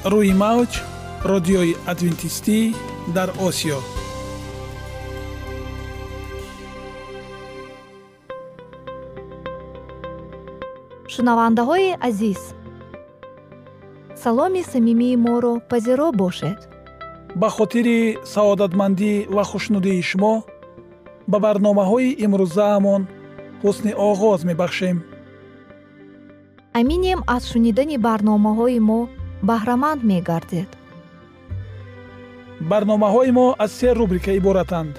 روی موج رادیوی ادوینتیستی در آسیا. шунавандаҳои азиз, саломи самимии моро пазиро бошед. ба хотири саодатмандӣ ва хушнудии шумо ба барномаҳои имрӯзаамон ҳусни оғоз мебахшем. аминем аз шунидани барномаҳои мо баҳраманд мегардед. барномаҳои мо аз 3 рубрика иборатанд.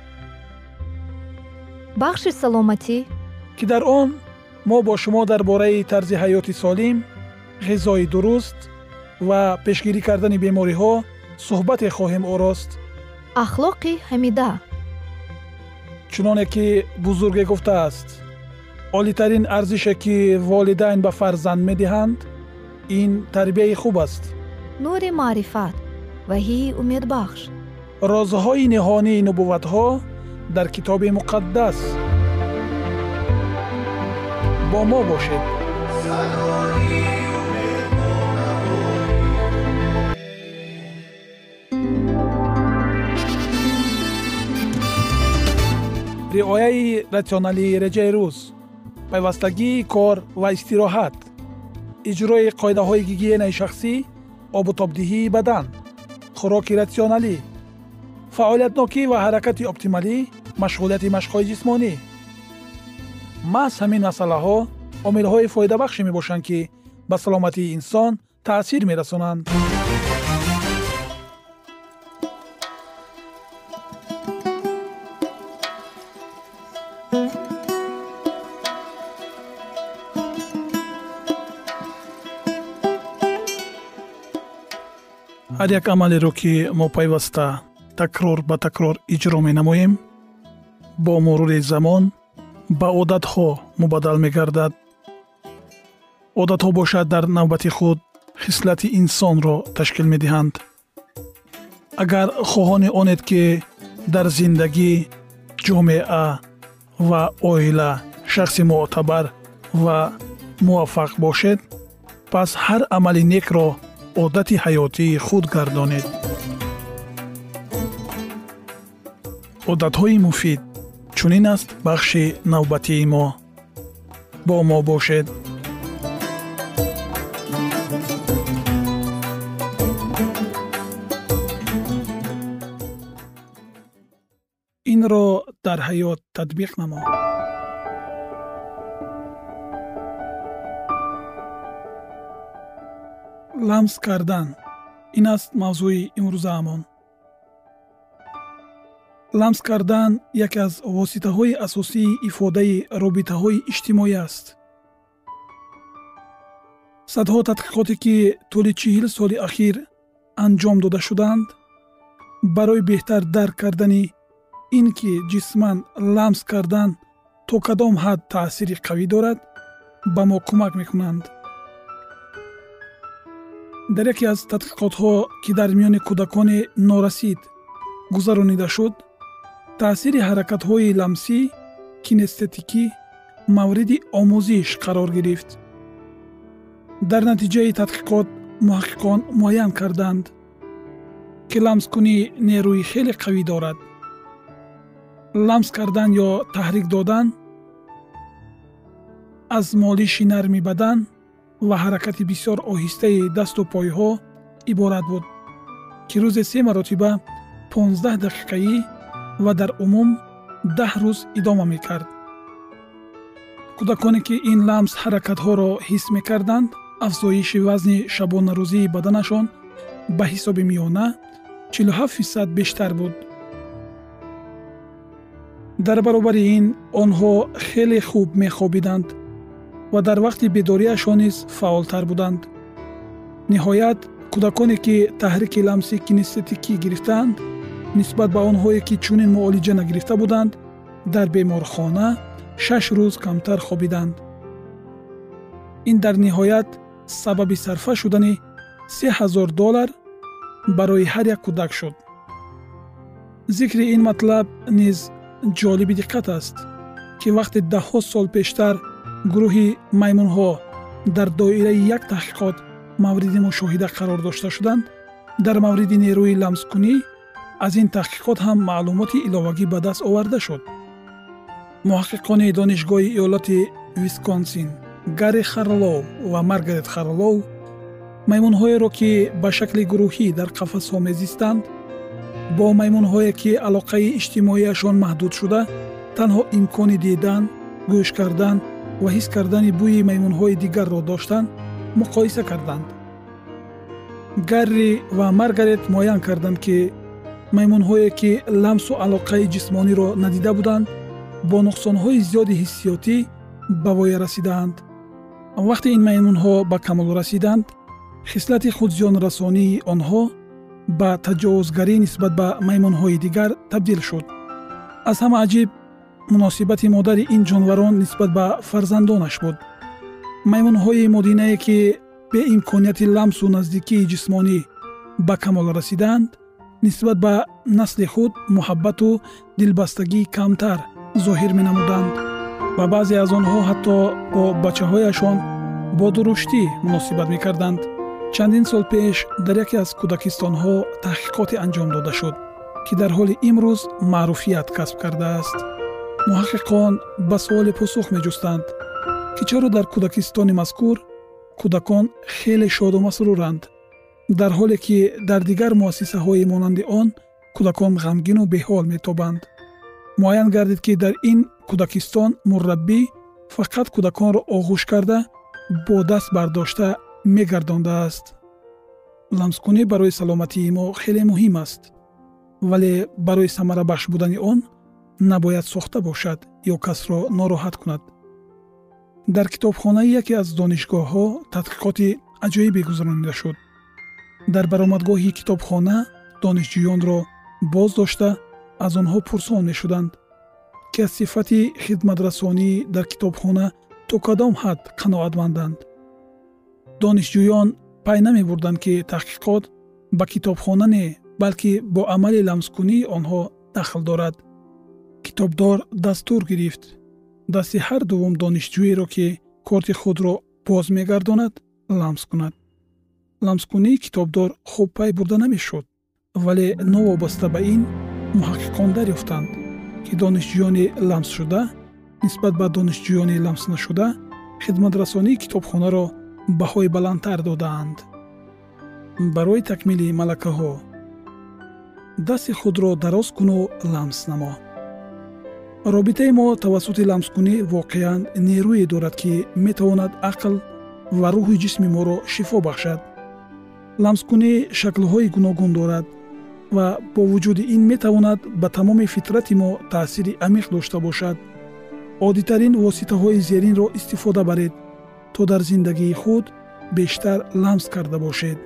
бахши саломатӣ ки дар он мо бо шумо дар бораи тарзи ҳаёти солим, ғизои дуруст ва пешгирӣ кардани бемориҳо суҳбате хоҳем орост. ахлоқи ҳамида. чуноне ки бузурге гуфтааст, олитарин арзише ки волидайн ба фарзанд медиҳанд, ин тарбияи хуб аст. нури маърифат, ваҳии умедбахш. розҳои ниҳонии нубувватҳо дар китоби муқаддас. با ما باشید. رعایت راسیونالی رجای روز، پیوستگی کار و استراحت، اجرای قاعده‌های گیگین شخصی، آب و تابدهی بدن، خوراک راسیونالی، فعالیت نوکی و حرکت اپتیمالی، مشغولیت مشق‌های جسمانی. محض همین مسئله‌ها عامل‌های فایده بخش می‌باشند که به سلامتی انسان تأثیر می‌رسانند. هر یک عملی رو که ما پیوسته تکرار به تکرار اجرا می‌نماییم، با مرور زمان با عادت‌ها مبادل می‌گردد. عادت‌ها باشد در نوبت خود خصلت انسان را تشکیل می‌دهند. اگر خواهان آنید که در زندگی، جامعه و عائله شخص معتبر و موفق باشد، پس هر عمل نیک را عادت حیاتی خود گردانید. عادت‌های مفید چونین است بخش نوبتی ما. با ما باشد. این را در حیات تطبیق نما. لمس کردن، این است موضوع امروزمان. لمس کردن یکی از واسطه‌های اساسی افاده رابطه‌های اجتماعی است. صدها تحقیقاتی که طول 40 سال اخیر انجام داده شدند، برای بهتر درک کردن این که جسماً لمس کردن تا کدام حد تأثیر قوی دارد، به ما کمک می‌کنند. در یکی از تحقیقات‌ها که در میان کودکان نارسید گذرانیده شد، تأثیر حرکت‌های لمسی کینستتیکی مورد آموزش قرار گرفت. در نتیجه تحقیقات محققان معین کردند که لمس کنی نیروی خیلی قوی دارد. لمس کردن یا تحریک دادن از مالش نرمی بدن و حرکت بسیار آهسته دست و پای‌ها عبارت بود که روز 3 مرتبه 15 دقیقه‌ای و در عموم 10 روز ادامه می‌کرد. کودکانی که این لمس حرکت‌ها را حس می‌کردند، افزایش وزن شبانه روزی بدنشان به حساب میانه 47% بیشتر بود. در برابر این آنها خیلی خوب می‌خوابیدند و در وقت بیداریشان نیز فعالتر بودند. نهایت کودکانی که تحریک لمسی کینستتیکی گرفتند، نسبت به آنهایی که چنین معالجه نگرفته بودند، در بیمارخانه 6 روز کمتر خوابیدند. این در نهایت سبب صرفه شدن $3000 برای هر یک کودک شد. ذکر این مطلب نیز جالب دقت است که وقتی 10 سال پیشتر گروه میمون‌ها در دایره یک تحقیقات мавриди мушоҳида қарор дошта шуданд, дар мавриди нерӯи ламскунӣ аз ин таҳқиқот ҳам маълумоти иловагӣ ба даст оварда шуд. муҳаққиқони донишгоҳи иёлоти Висконсин, Гарри Харлоу ва Маргарет Харлоу маймунҳоеро, ки ба шакли гурӯҳӣ дар қафасҳо мезистанд, бо маймунҳое ки алоқаи иҷтимоияшон маҳдуд шуда, танҳо имкони дидан, гӯш кардан ва ҳис кардани бӯи маймунҳои дигарро доштанд, муқоиса карданд. Гарри ва Маргарет муайян карданд, ки маймунҳое ки ламсу алоқаи ҷисмониро надида буданд, бо нуқсонҳои зиёди ҳиссиётӣ ба воя расидаанд. вақте ин маймунҳо ба камол расиданд, хислати худзиёнрасонии онҳо ба таҷовузгарӣ нисбат ба маймунҳои дигар табдил шуд. аз ҳама аҷиб муносибати модари ин ҷонварон нисбат ба фарзандонаш буд. маймунҳои модинае ки бе имконияти ламсу наздикии ҷисмонӣ ба камол расиданд, нисбат ба насли худ муҳаббату дилбастагии камтар зоҳир менамуданд ва баъзе аз онҳо ҳатто бо бачаҳояшон бо дуруштӣ муносибат мекарданд. чандин сол пеш дар яке аз кӯдакистонҳо таҳқиқоте анҷом дода шуд, ки дар ҳоли имрӯз маъруфият касб кардааст. муҳаққиқон ба суоле посух меҷустанд, ки чаро дар кӯдакистони мазкур кӯдакон хеле шоду масруранд, дар ҳоле ки дар дигар муассисаҳои монанди он кӯдакон ғамгину беҳол метобанд. муайян гардид, ки дар ин кӯдакистон мурраббӣ фақат кӯдаконро оғӯш карда бо даст бардошта мегардондааст. ламскунӣ барои саломатии мо хеле муҳим аст, вале барои самарабахш будани он набояд сохта бошад ё касро нороҳат кунад. дар китобхонаи яке аз донишгоҳҳо тадқиқоти аҷоибе гузаронида шуд. дар баромадгоҳи китобхона донишҷӯёнро боз дошта аз онҳо пурсон мешуданд, ки аз сифати хидматрасонӣ дар китобхона то кадом ҳад қаноатманданд. донишҷӯён пай намебурданд, ки таҳқиқот ба китобхона не, балки бо амали ламскунии онҳо дахл дорад. китобдор дастур гирифт дасти ҳар дуввум донишҷӯеро, ки корти худро боз мегардонад, ламс кунад. ламскунии китобдор хуб пай бурда намешуд, вале новобаста ба ин муҳаққиқон дарёфтанд, ки донишҷӯёни ламсшуда нисбат ба донишҷӯёни ламснашуда хидматрасонии китобхонаро баҳои баландтар додаанд. барои такмили малакаҳо дасти худро дароз куну ламс намо. робитаи мо тавассути ламскунӣ воқеан нерӯе дорад, ки метавонад ақл ва рӯҳи ҷисми моро шифо бахшад. ламскунӣ шаклҳои гуногун дорад ва бо вуҷуди ин метавонад ба тамоми фитрати мо таъсири амиқ дошта бошад. оддитарин воситаҳои зеринро истифода баред, то дар зиндагии худ бештар ламс карда бошед.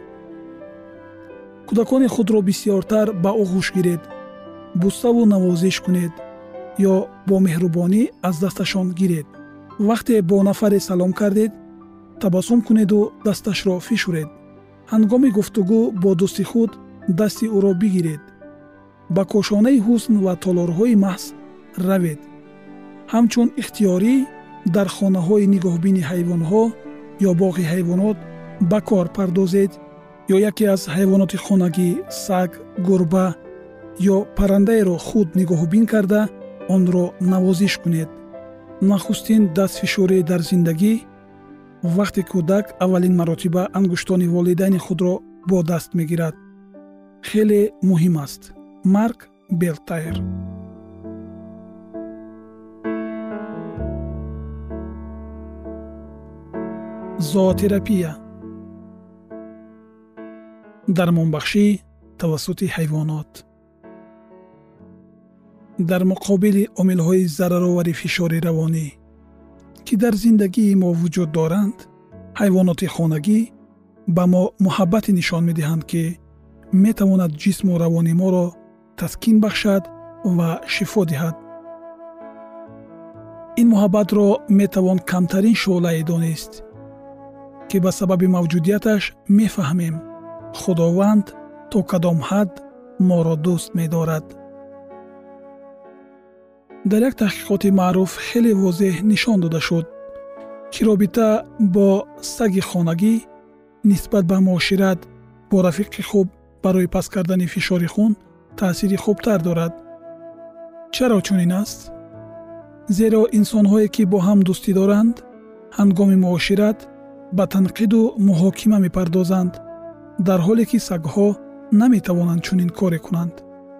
кӯдакони худро бисьёртар ба оғӯш гиред, буставу навозиш кунед ё бо меҳрубонӣ аз дасташон гиред. вақте бо нафаре салом кардед, табассум кунеду дасташро фишуред. ҳангоми гуфтугӯ бо дӯсти худ дасти ӯро бигиред. ба кошонаи ҳусн ва толорҳои маҳз равед. ҳамчун ихтиёрӣ дар хонаҳои нигоҳбини ҳайвонҳо ё боғи ҳайвонот ба кор пардозед, ё яке аз ҳайвоноти хонагӣ, саг, гурба ё паррандаеро худ нигоҳубин карда онро навозиш кунед. нахустин дастфишурӣ дар зиндагӣ вақте кӯдак аввалин маротиба ангуштони волидайни худро бо даст мегирад. хеле муҳим аст. Марк Белтайр. зоотерапия. дармонбахшӣ тавассути ҳайвонот. дар муқобили омилҳои зараровари фишори равонӣ, ки дар зиндагии мо вуҷуд доранд, ҳайвоноти хонагӣ ба мо муҳаббате нишон медиҳанд, ки метавонад ҷисму равони моро таскин бахшад ва шифо диҳад. ин муҳаббатро метавон камтарин шӯълае донист, ки ба сабаби мавҷудияташ мефаҳмем худованд то кадом ҳад моро дӯст медорад. дар як таҳқиқоти маъруф хеле возеҳ нишон дода шуд, ки робита бо саги хонагӣ нисбат ба муошират бо рафиқи хуб барои паст кардани фишори хун таъсири хубтар дорад. чаро чунин аст? зеро инсонҳое ки бо ҳам дӯстӣ доранд ҳангоми муошират ба танқиду муҳокима мепардозанд, дар ҳоле ки сагҳо наметавонанд чунин коре кунанд.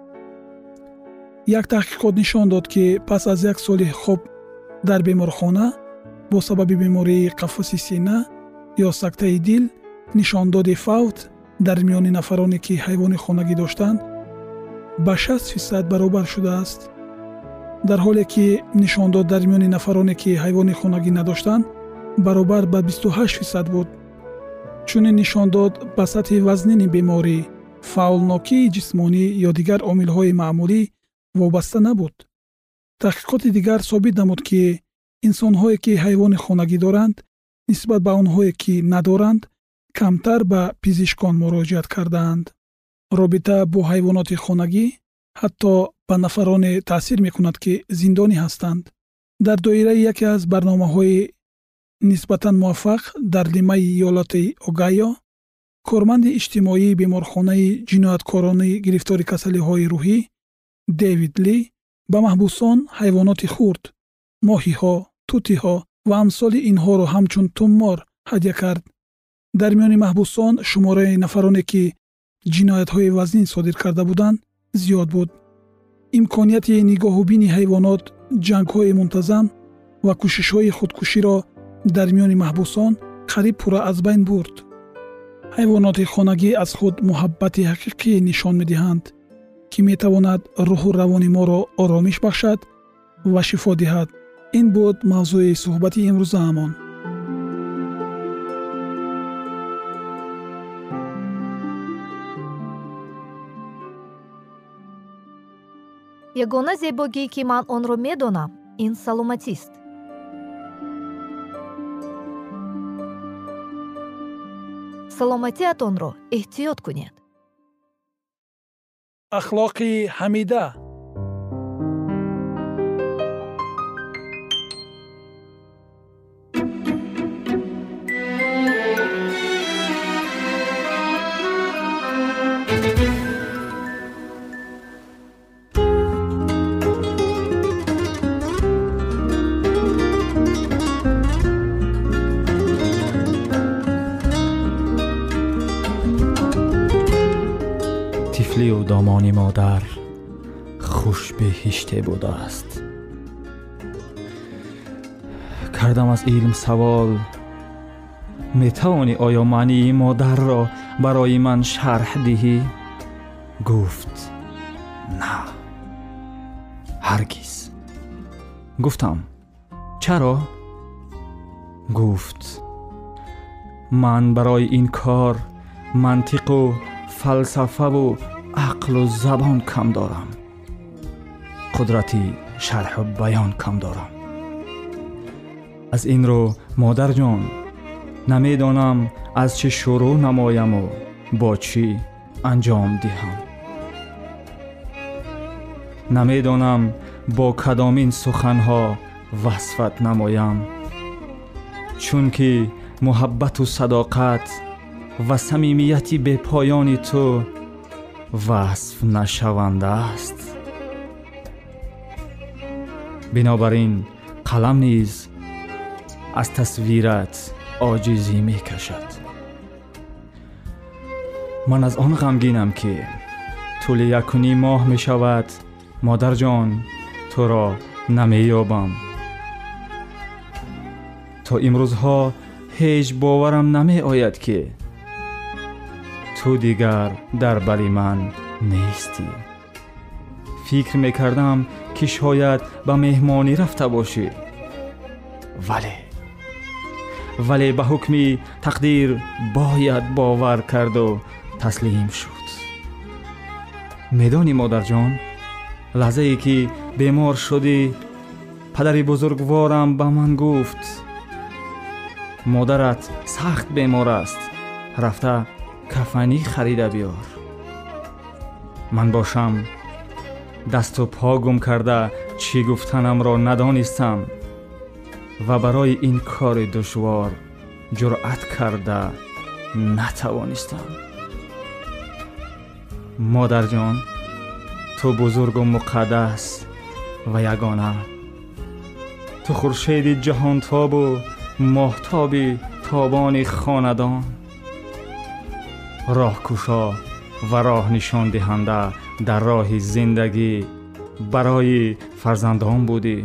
як таҳқиқот нишон дод, ки пас аз як соли хоб дар беморхона бо сабаби бемории қафаси сина ё сактаи дил нишондоди фавт дар миёни нафароне ки ҳайвони хонагӣ доштанд ба 60% баробар шудааст, дар ҳоле ки нишондод дар миёни нафароне ки ҳайвони хонагӣ надоштанд баробар ба 28% буд. чунин нишондод ба сатҳи вазнини беморӣ, фаъолнокии ҷисмонӣ ё дигар омилҳои маъмулӣ вобаста набуд. таҳқиқоти дигар собит намуд, ки инсонҳое ки ҳайвони хонагӣ доранд нисбат ба онҳое ки надоранд камтар ба пизишкон муроҷиат кардаанд. робита бо ҳайвоноти хонагӣ ҳатто ба нафароне таъсир мекунад, ки зиндонӣ ҳастанд. дар доираи яке аз барномаҳои нисбатан муваффақ дар лимаи иёлоти огайо, корманди иҷтимоии беморхонаи ҷинояткорони гирифтори касалиҳои рӯҳӣ Дэвид Ли ба маҳбусон ҳайвоноти хурд, моҳиҳо, тутиҳо ва амсоли инҳоро ҳамчун туммор ҳадя кард. дар миёни маҳбусон шумораи нафароне ки ҷиноятҳои вазнин содир карда буданд зиёд буд. имконияти нигоҳубини ҳайвонот, ҷангҳои мунтазам ва кӯшишҳои худкуширо дар миёни маҳбусон қариб пурра аз байн бурд. ҳайвоноти хонагӣ аз худ муҳаббати ҳақиқӣ нишон медиҳанд, ки метавонад рӯҳу равони моро оромиш бахшад ва шифо диҳад. ин буд мавзӯи суҳбати имрӯзаамон. ягона зебогӣ ки ман онро медонам ин саломатист. саломатиатонро эҳтиёт кунед. ахлоқи ҳамида. طفلی و دامان مادر خوش بهشته بوده است. کردم از علم سوال، میتوانی آیا معنی مادر را برای من شرح دهی؟ گفت نه، هرگز. گفتم چرا؟ گفت من برای این کار منطق و فلسفه و عقل و زبان کم دارم، قدرتی شرح و بیان کم دارم. از این رو مادر جان نمیدانم از چه شروع نمایم و با چی انجام دهم. نمیدانم با کدامین سخنها وصفت نمایم، چون که محبت و صداقت و صمیمیتی به پایان تو وصف نشونده است. بنابراین قلم نیز از تصویرت عاجزی می کشد. من از آن غمگینم که طول 1.5 ماه می شود مادر جان تو را نمی یابم. تا امروزها هیچ باورم نمی آید که تو دیگر در بر من نیستی. فکر میکردم که شاید به مهمانی رفته باشی، ولی به حکم تقدیر باید باور کرد و تسلیم شد. میدانی مادر جان، لحظه ای که بیمار شدی پدر بزرگوارم به من گفت مادرت سخت بیمار است، رفته کفنی خریده بیار. من باشم دست و پا گم کرده چی گفتنم را ندانستم و برای این کار دشوار جرأت کرده نتوانستم. مادر جان، تو بزرگ و مقدس و یگانه، تو خورشید جهان تاب و ماهتاب تابان خاندان، راهگشا و راه نشان دهنده در راه زندگی برای فرزندان بودی.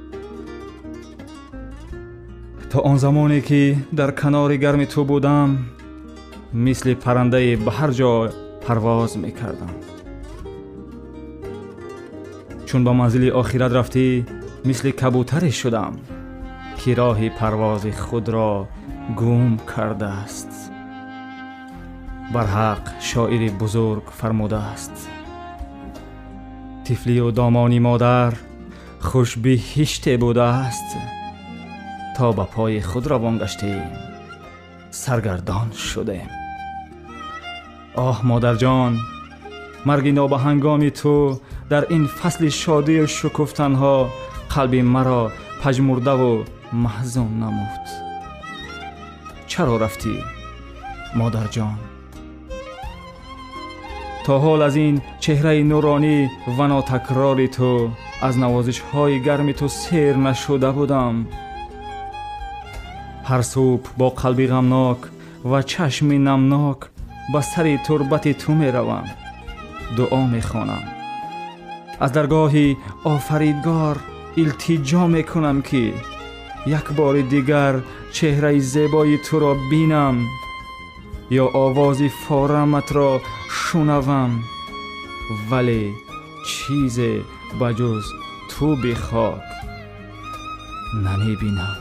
تا آن زمانی که در کنار گرم تو بودم، مثل پرنده به هر جا پرواز میکردم. چون به منزل آخرت رفتی، مثل کبوتری شدم که راه پرواز خود را گم کرده است. برحق شاعر بزرگ فرموده است: طفلی و دامانی مادر خوش بهشت بوده است، تا به پای خود روان گشتیم سرگردان شدیم. آه مادر جان، مرگ نابهنگام تو در این فصل شادی و شکفتنها قلب مرا پژمرده و محزون نمود. چرا رفتی مادر جان؟ تا حال از این چهره نورانی و ناتکراری تو، از نوازش های گرم تو سیر نشده بودم. هر صبح با قلبی غمناک و چشم نمناک به سر تربت تو می روم، دعا می خوانم. از درگاه آفریدگار التجا می کنم که یک بار دیگر چهره زیبای تو را بینم، یا آواز فارمت را شنوم، ولی چیز بجز تو به خاک نمی بینم.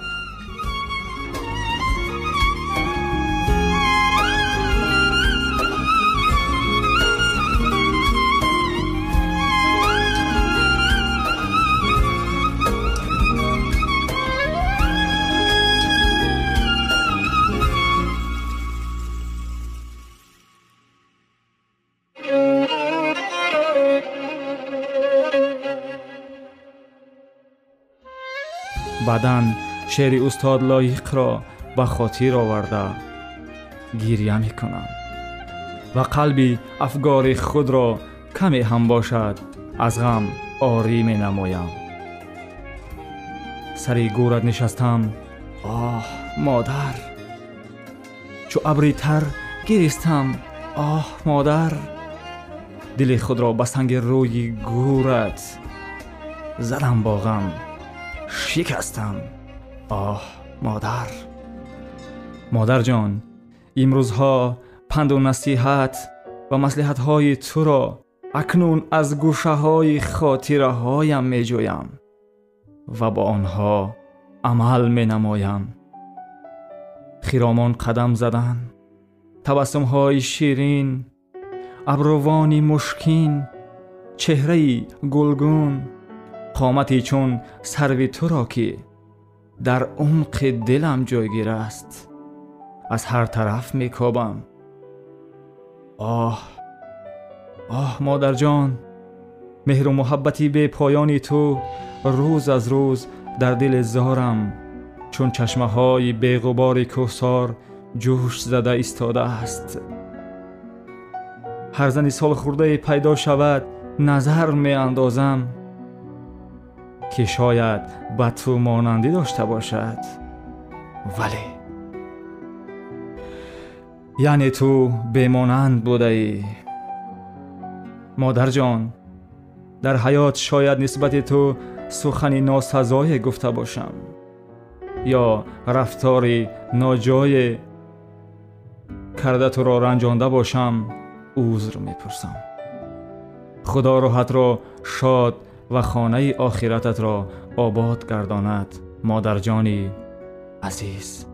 بعدن شعر استاد لایق را به خاطر آورده گریه می کنم و قلبی افگار خود را کمی هم باشد از غم آری می نمایم. سر گورت نشستم، آه مادر، چو ابری تر گریستم، آه مادر، دل خود را به سنگ روی گورت زدم، با غم شکستم، آه مادر. مادر جان، امروزها پند و نصیحت و مصلحت های تو را اکنون از گوشه های خاطره هایم می جویم و با آنها عمل می نمایم. خرامان قدم زدن، تبسم های شیرین، ابروانی مشکین، چهره گلگون، قامتی چون سرو تو را که در عمق دلم جایگیر است، از هر طرف می کابم. آه مادر جان، مهر و محبتی به پایانی تو روز از روز در دل زارم چون چشمه های به غبار کوثر جوش زده ایستاده است. هر زنی سال خورده پیدا شود نظر می اندازم که شاید به تو مانندی داشته باشد، ولی یعنی تو بمانند بوده ای. مادر جان، در حیات شاید نسبت تو سخنی ناسزای گفته باشم یا رفتاری ناجای کرده تو را رنجانده باشم، عذر میپرسم. خدا روحت را شاد و خانه آخرتت را آباد گرداند مادر جانی عزیز.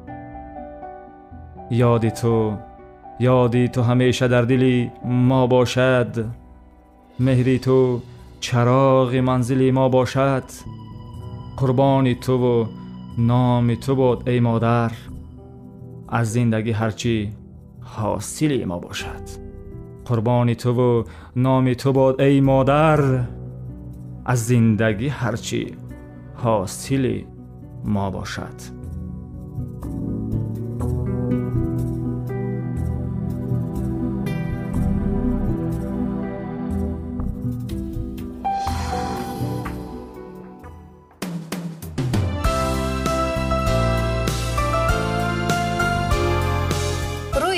یادی تو همیشه در دلی ما باشد، مهری تو چراغ منزلی ما باشد. قربان تو و نام تو بود ای مادر، از زندگی هرچی حاصلی ما باشد. قربان تو و نام تو بود ای مادر، از زندگی هرچی حاصلی ما باشد.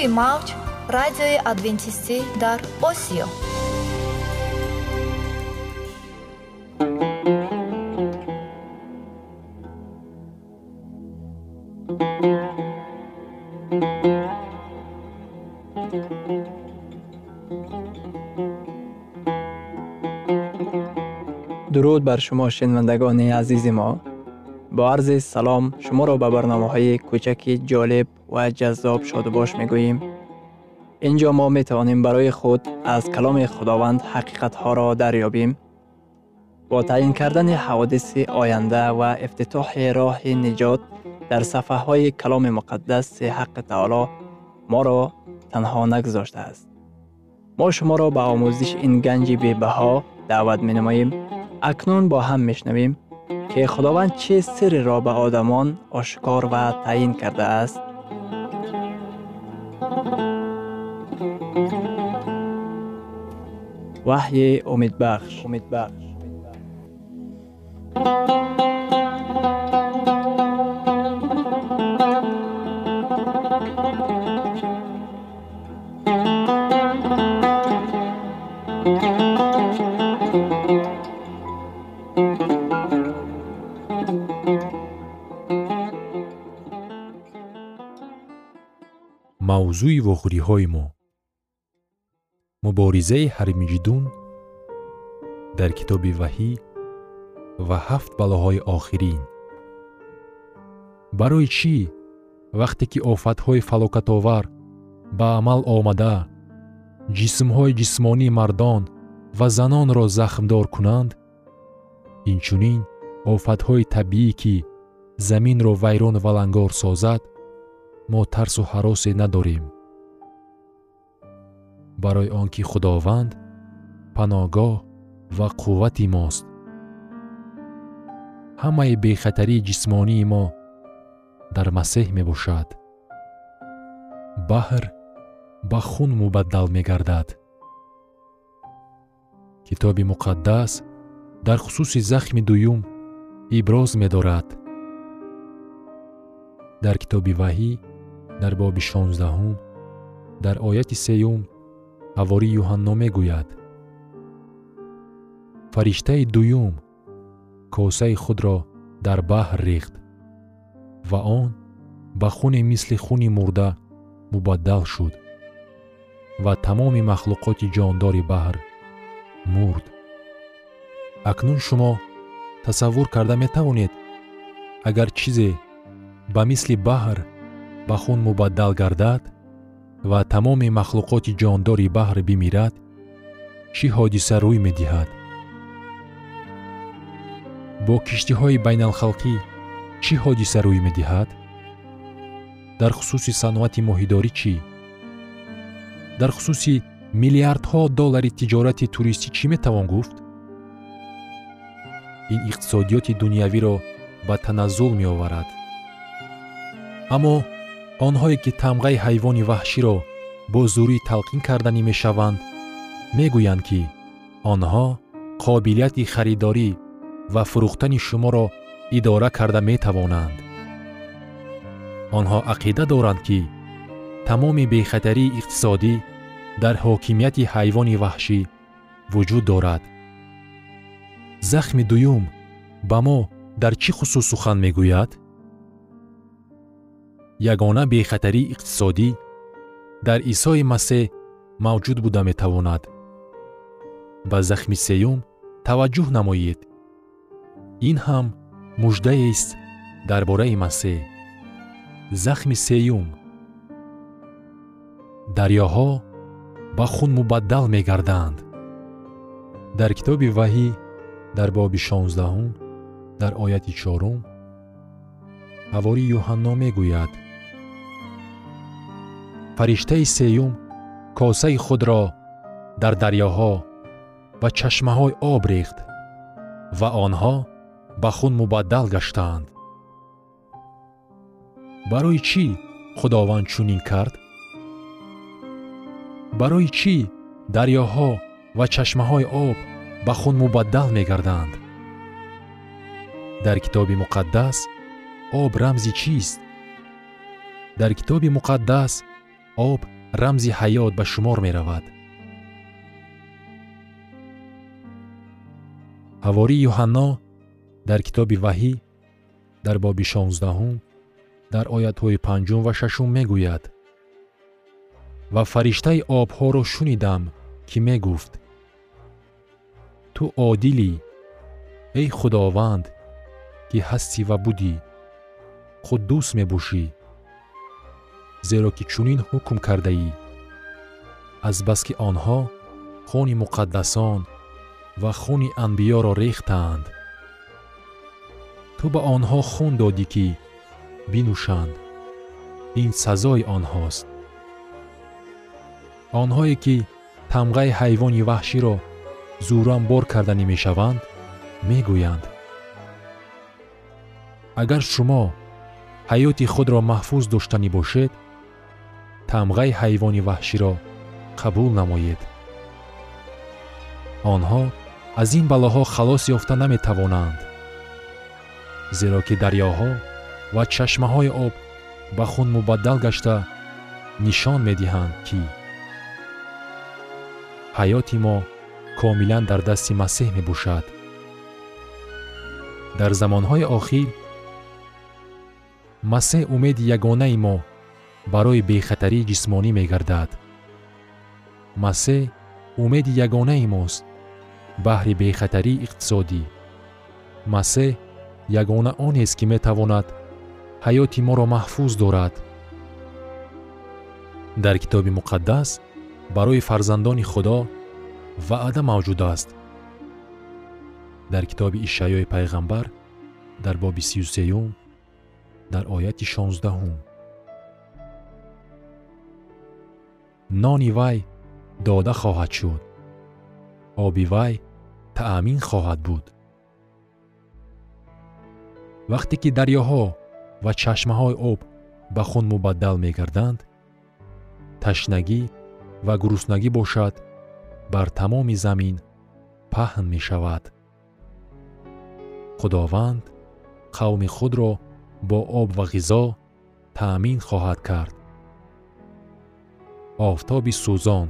рӯи мавҷ радиои адвентисти дар осиё. درود بر شما شنوندگان عزیز ما. با عرض سلام شما را به برنامه‌های کوچک جالب و جذاب شادباش می‌گوییم. اینجا ما می‌توانیم برای خود از کلام خداوند حقیقت‌ها را دریابیم. با تعیین کردن حوادث آینده و افتتاح راه نجات در صفحه‌های کلام مقدس حق تعالی ما را تنها نگذاشته است. ما شما را به آموزش این گنج بی‌بها دعوت می‌نماییم. اکنون با هم میشنویم که خداوند چه سری را به آدمان آشکار و تعیین کرده است. وحی امیدبخش. мавзӯи вохӯриҳои мо муборизаи ҳармиҷдун дар китоби ваҳӣ ва 7 балоҳои охирин. барои чӣ вақте ки офатҳои фалокатовар ба амал омада ҷисмҳои ҷисмонии мардон ва занонро захмдор кунанд, инчунин офатҳои табиӣ ки заминро вайрон валангор созад, мо тарсу ҳаросе надорем, барои он ки худованд паноҳгоҳ ва қуввати мост. ҳамаи бехатарии ҷисмонии мо дар масеҳ мебошад. баҳр ба хун мубаддал мегардад. китоби муқаддас дар хусуси захми дуюм иброз медорад. дар китоби ваҳӣ дар боби 16 дар ояти 3 ҳавори Юҳанно мегӯяд: фариштаи дуюм косаи худро дар баҳр рехт ва он ба хуне мисли хуни мурда мубаддал шуд ва тамоми махлуқоти ҷондори баҳр мурд. акнун шумо тасаввур карда метавонед, агар чизе ба мисли баҳр ба хун мубаддал гардад ва тамоми махлуқоти ҷондори баҳр бимирад, чӣ ҳодиса рӯй медиҳад? бо киштиҳои байналхалқӣ чӣ ҳодиса рӯй медиҳад? дар хусуси саноати моҳидорӣ чӣ? дар хусуси миллиардҳо доллари тиҷорати туристӣ чӣ метавон гуфт? ин иқтисодиёти дунявиро ба таназзул меоварад. аммо онҳое ки тамғаи ҳайвони ваҳширо бо зӯрӣ талқин карданӣ мешаванд, мегӯянд ки онҳо қобилияти харидорӣ ва фурӯхтани шуморо идора карда метавонанд. онҳо ақида доранд ки тамоми бехатарии иқтисодӣ дар ҳокимияти ҳайвони ваҳшӣ вуҷуд дорад. захми дуюм ба мо дар чӣ хусус сухан мегӯяд? ягона бехатарии иқтисодӣ дар исои масеҳ мавҷуд буда метавонад. ба захми сеюм таваҷҷӯҳ намоед. ин ҳам муждаест дар бораи масеҳ. захми сеюм: дарёҳо ба хун мубаддал мегарданд. дар китоби ваҳӣ дар боби 16 дар ояти 4 ҳавори Юҳанно мегӯяд: фариштаи сеюм косаи худро дар дарёҳо ва чашмаҳои об рехт ва онҳо ба хун мубаддал гаштаанд. барои чӣ худованд чунин кард? барои чӣ дарёҳо ва чашмаҳои об ба хун мубаддал мегарданд? дар китоби муқаддас об рамзи чист? дар китоби муқаддас آب رمز حیات به شمار می رود. حواری یوحنا در کتاب وحی در باب 16 در آیات‌های 5 و 6 می گوید: و فرشته آبها را شنیدم که می گفت: تو عادلی ای خداوند که هستی و بودی، خود دوست می باشی، زیرا که چنین حکم کرده ای، از بس که آنها خون مقدسان و خون انبیا را ریختند. تو به آنها خون دادی که بنوشند، این سزای آنهاست. آنهایی که تمغه حیوان وحشی را زوران بار کرده نمی شوند می گویند: اگر شما حیات خود را محفوظ داشتنی باشد، تمغه حیوان وحشی را قبول نمایید. آنها از این بلاها خلاص یافته نمی توانند، زیرا که دریاها و چشمه های آب به خون مبدل گشته نشان می دهند که حیات ما کاملا در دست مسیح می باشد. در زمانهای آخر مسیح امید یگانه ما برای بیخطری جسمانی می گردد. مسیح امید یگانه ماست بهر بیخطری اقتصادی. مسیح یگانه آن است که می تواند حیات ما را محفوظ دارد. در کتاب مقدس برای فرزندان خدا وعده موجود است. در کتاب اشعیا پیغمبر در باب 33 در آیت 16: نان وی داده خواهد شد، آب وی تأمین خواهد بود. وقتی که دریاها و چشمه های آب به خون مبدل می گردند، تشنگی و گرسنگی باشد بر تمام زمین پهن می شود. خداوند قوم خود را با آب و غذا تأمین خواهد کرد. آفتاب سوزان.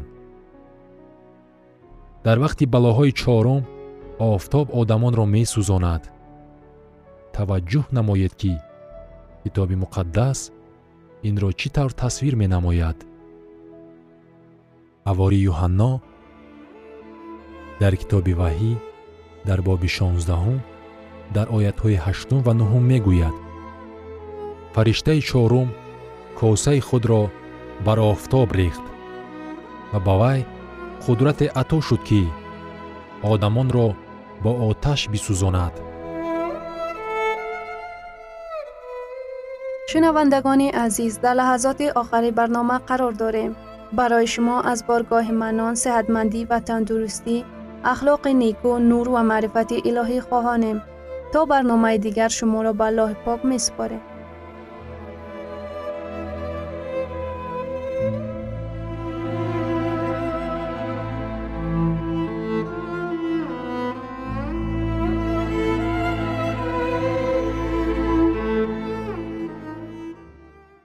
در وقت بلاهای چهارم آفتاب آدمان را می سوزاند. توجه نماید که کتاب مقدس این را چی طور تصویر می نماید. حواری یوحنا در کتاب وحی در باب 16 در آیات‌های 8 و 9 می گوید: فرشته چهارم کاسه خود را بر آفتاب ریخت و با وی قدرت عطا شد که آدمان را با آتش بسوزاند. شنوندگان عزیز، در لحظات آخری برنامه قرار داریم. برای شما از بارگاه منان، صحتمندی و تندرستی، اخلاق نیکو، نور و معرفت الهی خواهانیم. تا برنامه دیگر شما را به الله پاک می‌سپاریم.